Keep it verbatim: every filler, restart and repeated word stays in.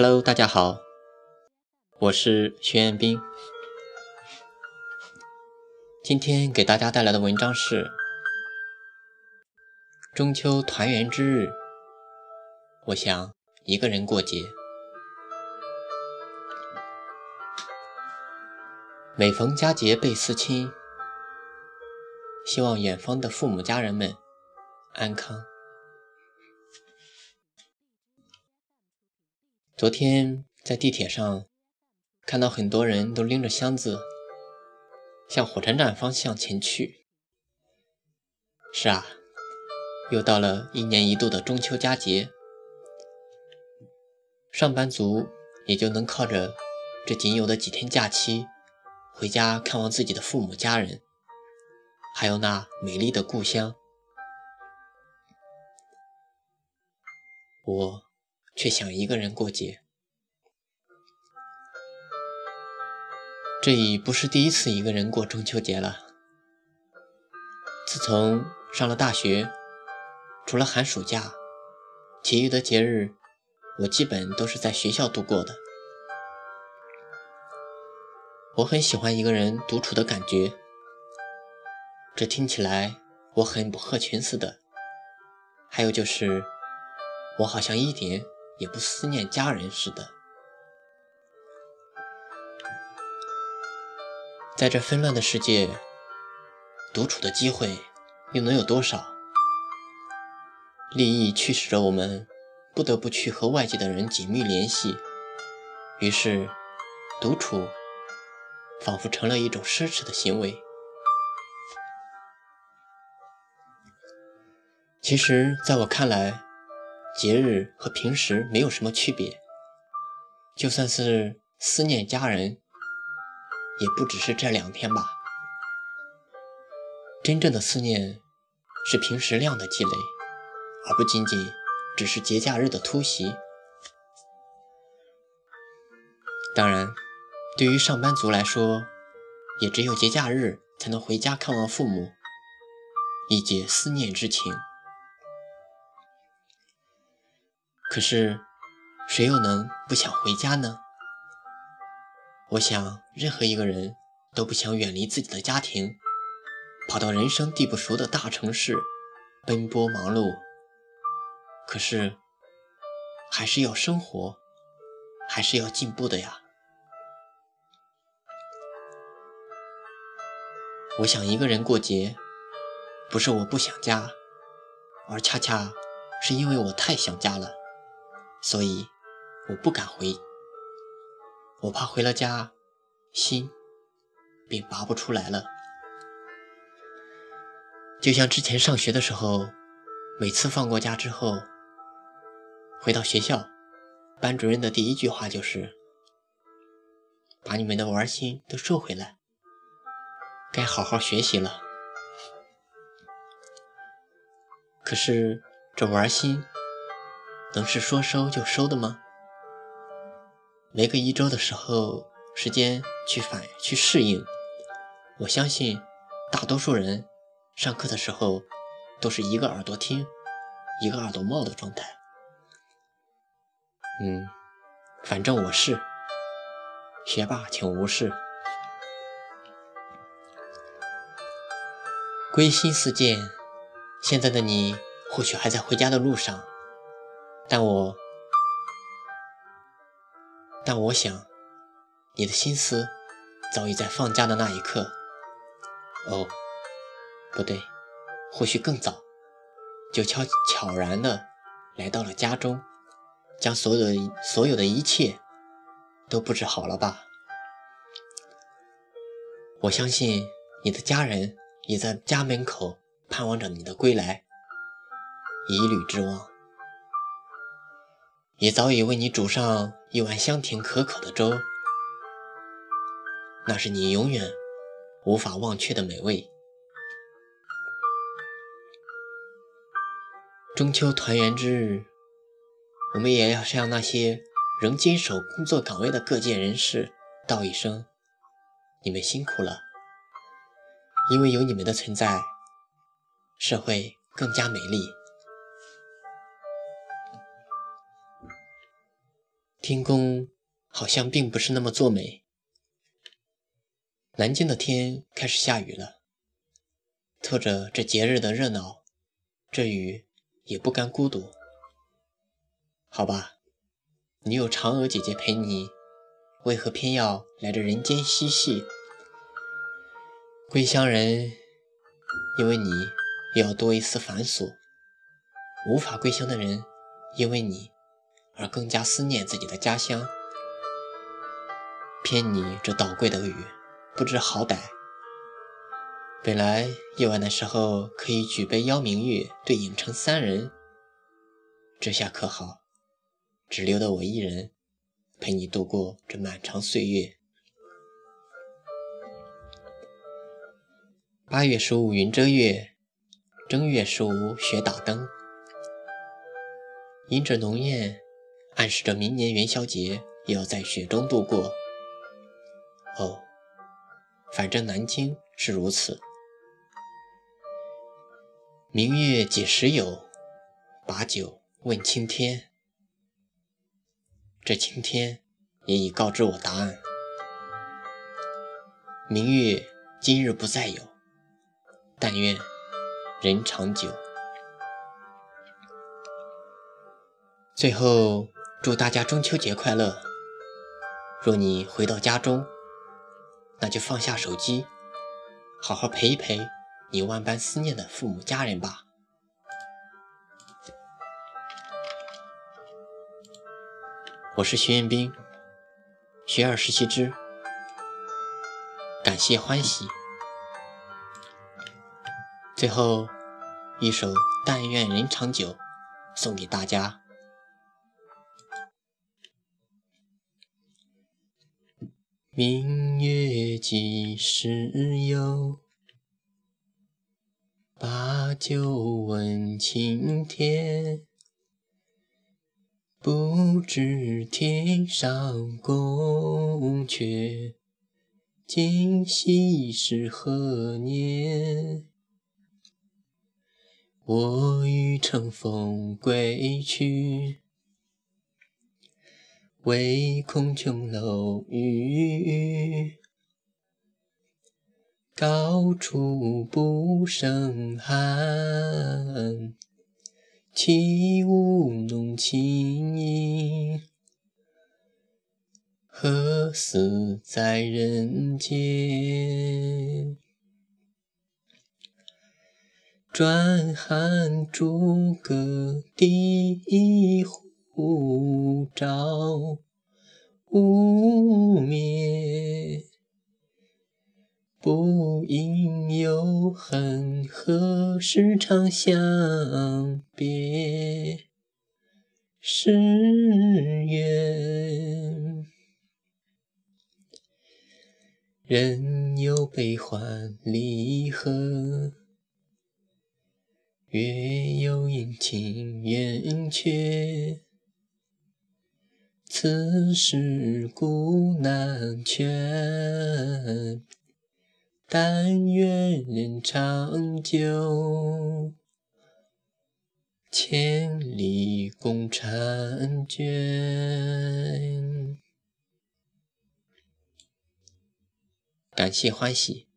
Hello， 大家好，我是徐彦斌。今天给大家带来的文章是中秋团圆之日，我想一个人过节。每逢佳节倍思亲，希望远方的父母家人们安康。昨天在地铁上看到很多人都拎着箱子向火车站方向前去。是啊，又到了一年一度的中秋佳节，上班族也就能靠着这仅有的几天假期回家看望自己的父母家人，还有那美丽的故乡。我却想一个人过节。这已不是第一次一个人过中秋节了。自从上了大学，除了寒暑假，其余的节日我基本都是在学校度过的。我很喜欢一个人独处的感觉，这听起来我很不合群似的。还有就是我好像一点也不思念家人似的。在这纷乱的世界，独处的机会又能有多少？利益驱使着我们不得不去和外界的人紧密联系，于是独处仿佛成了一种奢侈的行为。其实在我看来，节日和平时没有什么区别，就算是思念家人，也不只是这两天吧。真正的思念是平时量的积累，而不仅仅只是节假日的突袭。当然，对于上班族来说，也只有节假日才能回家看望父母，以解思念之情。可是谁又能不想回家呢？我想任何一个人都不想远离自己的家庭，跑到人生地不熟的大城市奔波忙碌。可是还是要生活，还是要进步的呀。我想一个人过节，不是我不想家，而恰恰是因为我太想家了，所以我不敢回。我怕回了家，心便拔不出来了。就像之前上学的时候，每次放过假之后，回到学校，班主任的第一句话就是把你们的玩心都收回来，该好好学习了。可是这玩心能是说收就收的吗？没个一周的时候时间去反去适应，我相信大多数人上课的时候都是一个耳朵听一个耳朵冒的状态。嗯，反正我是学霸，请无视。归心似箭，现在的你或许还在回家的路上，但我但我想你的心思早已在放假的那一刻，哦，不对，或许更早，就悄悄然地来到了家中，将所有的所有的一切都布置好了吧。我相信你的家人也在家门口盼望着你的归来，一缕之望，也早已为你煮上一碗香甜可口的粥，那是你永远无法忘却的美味。中秋团圆之日，我们也要向那些仍坚守工作岗位的各界人士道一声，你们辛苦了，因为有你们的存在，社会更加美丽。 天公好像并不是那么作美。南京的天开始下雨了，透着这节日的热闹，这雨也不甘孤独。好吧，你有嫦娥姐姐陪你，为何偏要来这人间嬉戏？归乡人因为你又要多一丝繁琐，无法归乡的人因为你而更加思念自己的家乡。偏你这捣鬼的雨不知好歹，本来夜晚的时候可以举杯邀明月，对影成三人，这下可好，只留得我一人陪你度过这漫长岁月。八月十五云遮月，正月十五雪打灯。迎着浓艳，暗示着明年元宵节也要在雪中度过。哦，反正南京是如此。明月几时有？把酒问青天。这青天也已告知我答案。明月今日不再有，但愿人长久。最后祝大家中秋节快乐。若你回到家中，那就放下手机，好好陪一陪你万般思念的父母家人吧。我是徐彦斌，学而时习之，感谢欢喜。最后一首《但愿人长久》送给大家。明月几时有？把酒问青天。不知天上宫阙，今夕是何年？我欲乘风归去，唯恐琼楼玉宇，高处不胜寒。起舞弄清影，何似在人间？转寒逐歌第户，照无眠。不应有恨，何时长相别？是缘。人有悲欢离合，月有阴晴圆缺。此事古难全，但愿人长久，千里共婵娟。感谢欢喜。